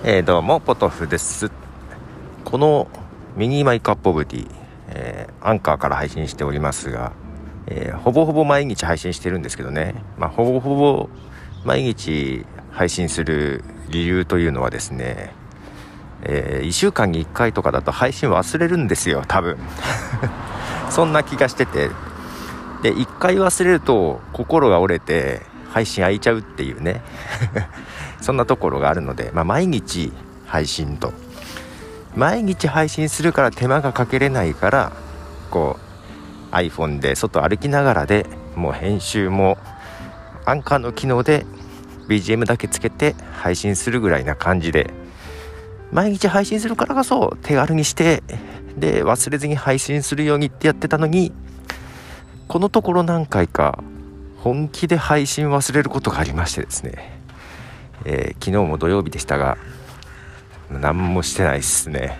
どうもポトフです。このミニマイクアップオブティー、アンカーから配信しておりますが、ほぼほぼ毎日配信してるんですけどね、ほぼほぼ毎日配信する理由というのはですね、1週間に1回とかだと配信忘れるんですよ、多分そんな気がしてて、で1回忘れると心が折れて配信開いちゃうっていうねそんなところがあるので、毎日配信と、毎日配信するから手間がかけれないから、こう iPhone で外歩きながらでもう編集もアンカーの機能で BGM だけつけて配信するぐらいな感じで、毎日配信するからこそ手軽にしてで忘れずに配信するようにってやってたのに、このところ何回か本気で配信忘れることがありましてですね、昨日も土曜日でしたが何もしてないですね。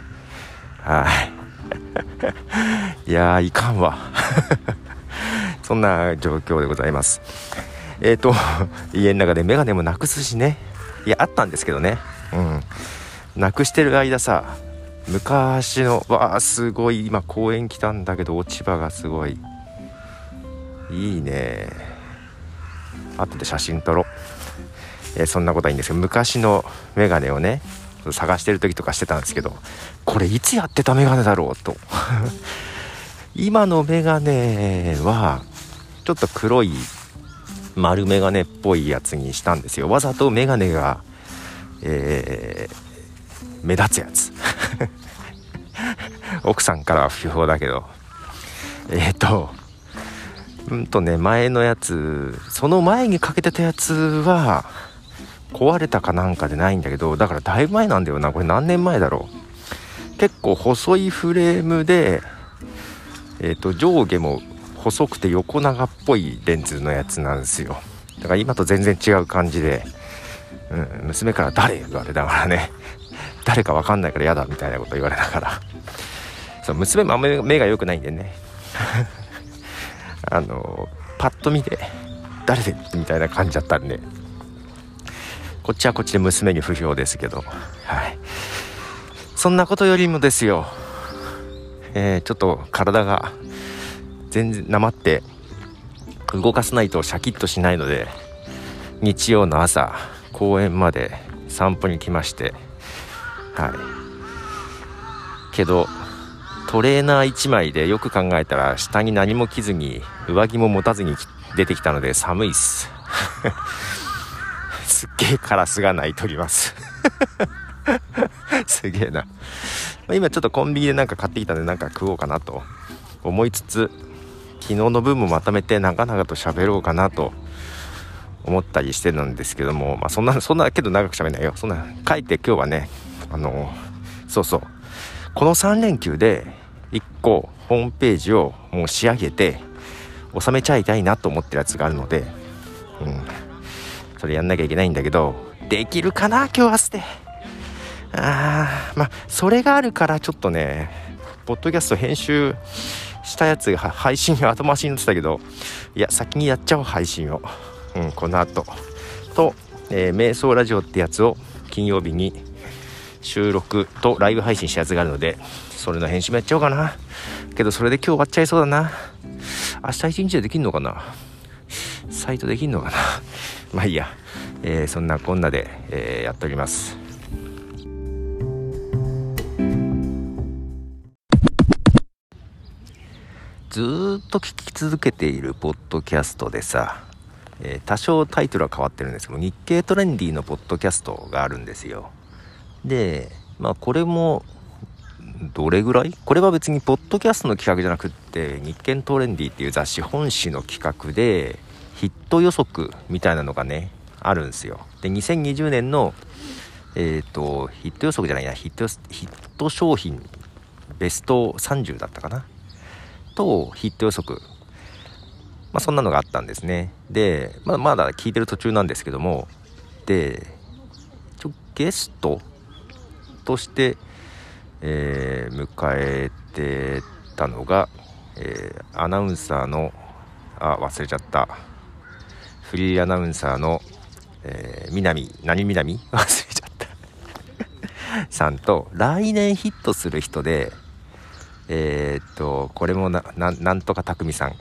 いやーいかんわそんな状況でございます。家の中でメガネもなくすしね、いやあったんですけどね、なくしてる間さ、昔のすごい、今公園来たんだけど落ち葉がすごいいいね。後で写真撮ろう。そんなことはいいんですけど、昔のメガネをね探してる時とかしてたんですけど、これいつやってたメガネだろうと今のメガネはちょっと黒い丸メガネっぽいやつにしたんですよ。わざとメガネが、目立つやつ奥さんからは不評だけど、前のやつ、その前にかけてたやつは壊れたかなんかでないんだけど、だからだいぶ前なんだよな。これ何年前だろう。結構細いフレームで、上下も細くて横長っぽいレンズのやつなんですよ。だから今と全然違う感じで、娘から誰言われながらね、誰か分かんないから嫌だみたいなこと言われながら、そう娘もあんまり目が良くないんでねパッと見て誰でみたいな感じだったんで、こっちはこっちで娘に不評ですけど、そんなことよりもですよ、ちょっと体が全然なまって動かさないとシャキッとしないので、日曜の朝公園まで散歩に来まして、けどトレーナー1枚でよく考えたら下に何も着ずに上着も持たずに出てきたので寒いっすすっげえカラスが鳴いておりますすげえな。今ちょっとコンビニでなんか買ってきたんでなんか食おうかなと思いつつ、昨日の分もまとめて長々と喋ろうかなと思ったりしてるんですけども、そんなけど長く喋んないよ。そんな書いて今日はね、この3連休で1個ホームページをもう仕上げて収めちゃいたいなと思ってるやつがあるので、それやんなきゃいけないんだけど、できるかな今日明日で。それがあるからちょっとね、ポッドキャスト編集したやつが配信が後回しになってたけど、いや先にやっちゃおう配信を、この後と、瞑想ラジオってやつを金曜日に収録とライブ配信したやつがあるので、それの編集もやっちゃおうかな。けどそれで今日終わっちゃいそうだな。明日一日でできんのかな、サイトできんのかないいや、そんなこんなで、やっております。ずっと聞き続けているポッドキャストでさ、多少タイトルは変わってるんですけど、日経トレンディのポッドキャストがあるんですよ。でこれもどれぐらい、これは別にポッドキャストの企画じゃなくって、日経トレンディっていう雑誌本誌の企画でヒット予測みたいなのがねあるんですよ。で2020年のヒット予測じゃないな、ヒット商品ベスト30だったかなとヒット予測、そんなのがあったんですね。でまだ聞いてる途中なんですけども、でゲストとして、迎えてたのが、アナウンサーの忘れちゃった、フリーアナウンサーの、南忘れちゃったさんと来年ヒットする人でこれもなんとかたくみさん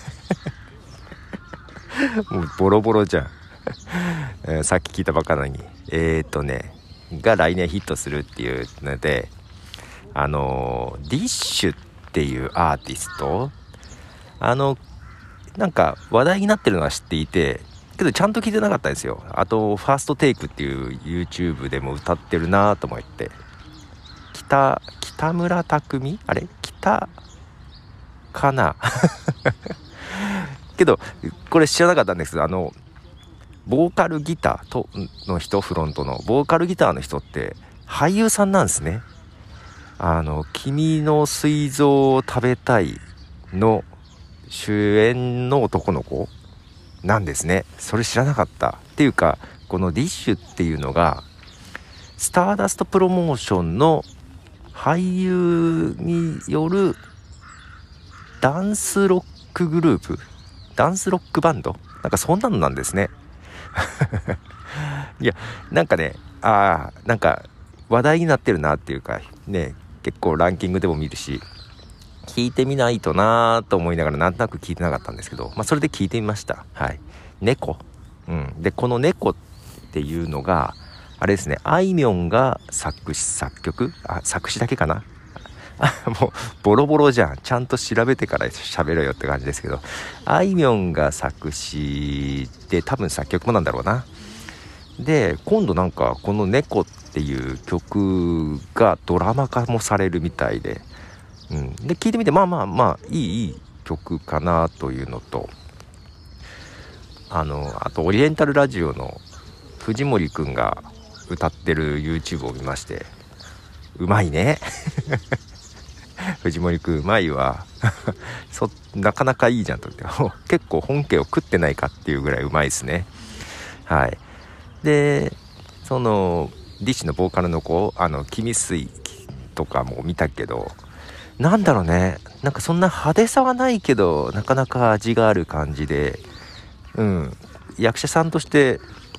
もうボロボロじゃんさっき聞いたばっかなのにが来年ヒットするっていうのでディッシュっていうアーティストなんか話題になってるのは知っていてけどちゃんと聞いてなかったんですよ。あとファーストテイクっていう YouTube でも歌ってるなと思って北村匠海あれ北かなけどこれ知らなかったんですけどボーカルギターの人フロントのボーカルギターの人って俳優さんなんですね。君の膵臓を食べたいの主演の男の子なんですね。それ知らなかったっていうかこのディッシュっていうのがスターダストプロモーションの俳優によるダンスロックグループダンスロックバンドなんかそんなのなんですねいやなんかねなんか話題になってるなっていうかね結構ランキングでも見るし聞いてみないとなと思いながらなんとなく聞いてなかったんですけど、それで聞いてみました。はい、猫、でこの猫っていうのがあれですね、あいみょんが作詞作曲作詞だけかなもうボロボロじゃん、ちゃんと調べてから喋ろよって感じですけど、あいみょんが作詞で多分作曲もなんだろうな。で今度なんかこの猫っていう曲がドラマ化もされるみたいで、で聞いてみてまあいい曲かなというのと、あとオリエンタルラジオの藤森くんが歌ってる YouTube を見まして、うまいね藤森くんうまいわなかなかいいじゃんと思って結構本家を食ってないかっていうぐらいうまいですね。はい。でそのディッシュのボーカルの子君水とかも見たけど、なんだろうね、なんかそんな派手さはないけどなかなか味がある感じで、役者さんとして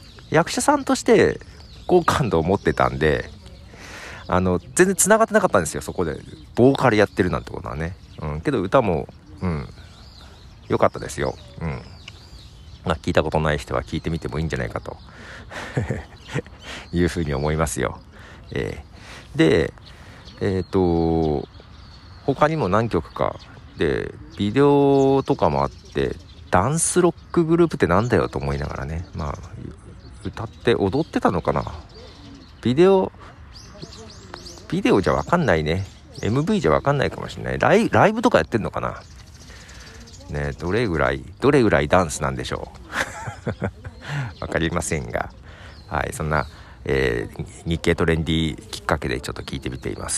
好感度を持ってたんで、全然繋がってなかったんですよ。そこでボーカルやってるなんてことはね、けど歌も良かったですよ。聞いたことない人は聞いてみてもいいんじゃないかというふうに思いますよ。で他にも何曲かでビデオとかもあって、ダンスロックグループってなんだよと思いながらね、歌って踊ってたのかな。ビデオじゃ分かんないね、 MV じゃ分かんないかもしれない。ライブとかやってんのかなね。どれぐらいダンスなんでしょう分かりませんが、はい、そんな、日経トレンディきっかけでちょっと聞いてみています。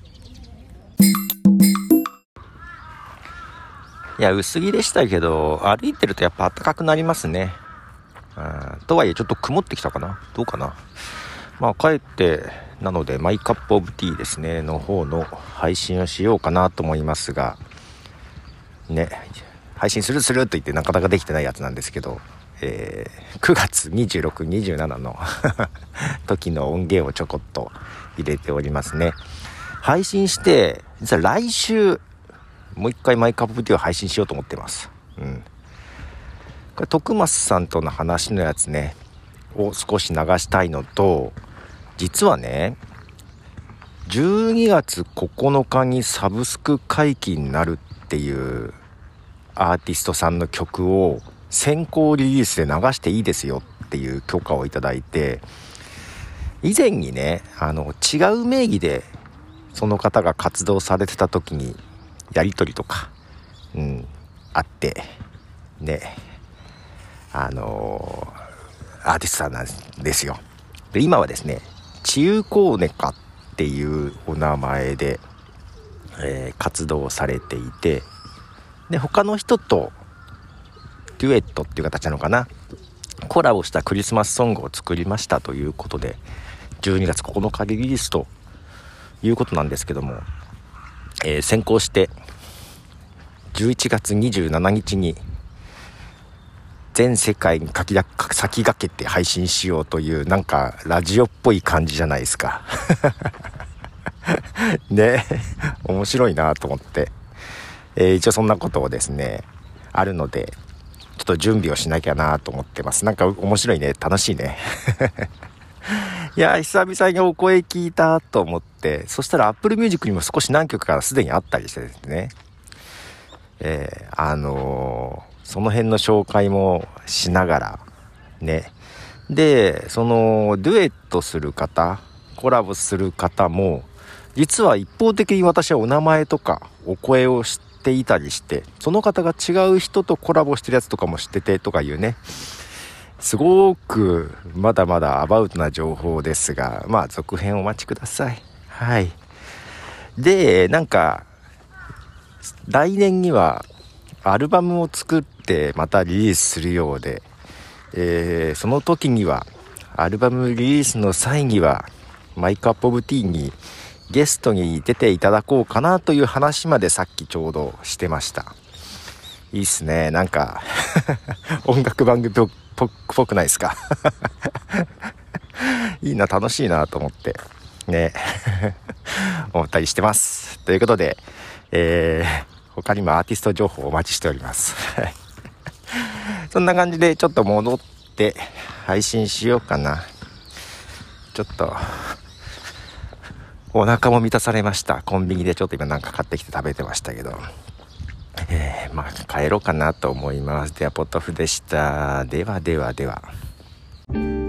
いや薄着でしたけど歩いてるとやっぱ暖かくなりますね。とはいえちょっと曇ってきたかな、どうかな。帰ってなのでマイカップオブティーですねの方の配信をしようかなと思いますがね、配信すると言ってなかなかできてないやつなんですけど、9月26、27の時の音源をちょこっと入れておりますね。配信して実は来週もう一回マイカップオブティーを配信しようと思ってます。これ徳松さんとの話のやつねを少し流したいのと、実はね12月9日にサブスク解禁になるっていうアーティストさんの曲を先行リリースで流していいですよっていう許可をいただいて、以前にね違う名義でその方が活動されてた時にやり取りとか、あってね、アーティストさんなんですよ。で今はですねチユコーネカっていうお名前で、活動されていて、で他の人とデュエットっていう形なのかな、コラボしたクリスマスソングを作りましたということで12月9日リリースということなんですけども、先行して11月27日に全世界に先駆けて配信しようというなんかラジオっぽい感じじゃないですかね、面白いなと思って、一応そんなことをですねあるのでちょっと準備をしなきゃなと思ってます。なんか面白いね、楽しいねいや久々にお声聞いたと思って、そしたら Apple Music にも少し何曲かすでにあったりしてですね、その辺の紹介もしながらね、でそのデュエットする方、コラボする方も実は一方的に私はお名前とかお声を知っていたりして、その方が違う人とコラボしてるやつとかも知っててとかいうね、すごくまだまだアバウトな情報ですが、まあ続編お待ちください。はい。でなんか来年にはアルバムを作ってまたリリースするようで、その時にはアルバムリリースの際にはマイクアップオブティーにゲストに出ていただこうかなという話までさっきちょうどしてました。いいっすね、なんか音楽番組っぽくないですかいいな、楽しいなと思ってね思ったりしてます。ということで、他にもアーティスト情報をお待ちしておりますそんな感じでちょっと戻って配信しようかな。ちょっとお腹も満たされました。コンビニでちょっと今なんか買ってきて食べてましたけど、まあ帰ろうかなと思います。ではポトフでした。では。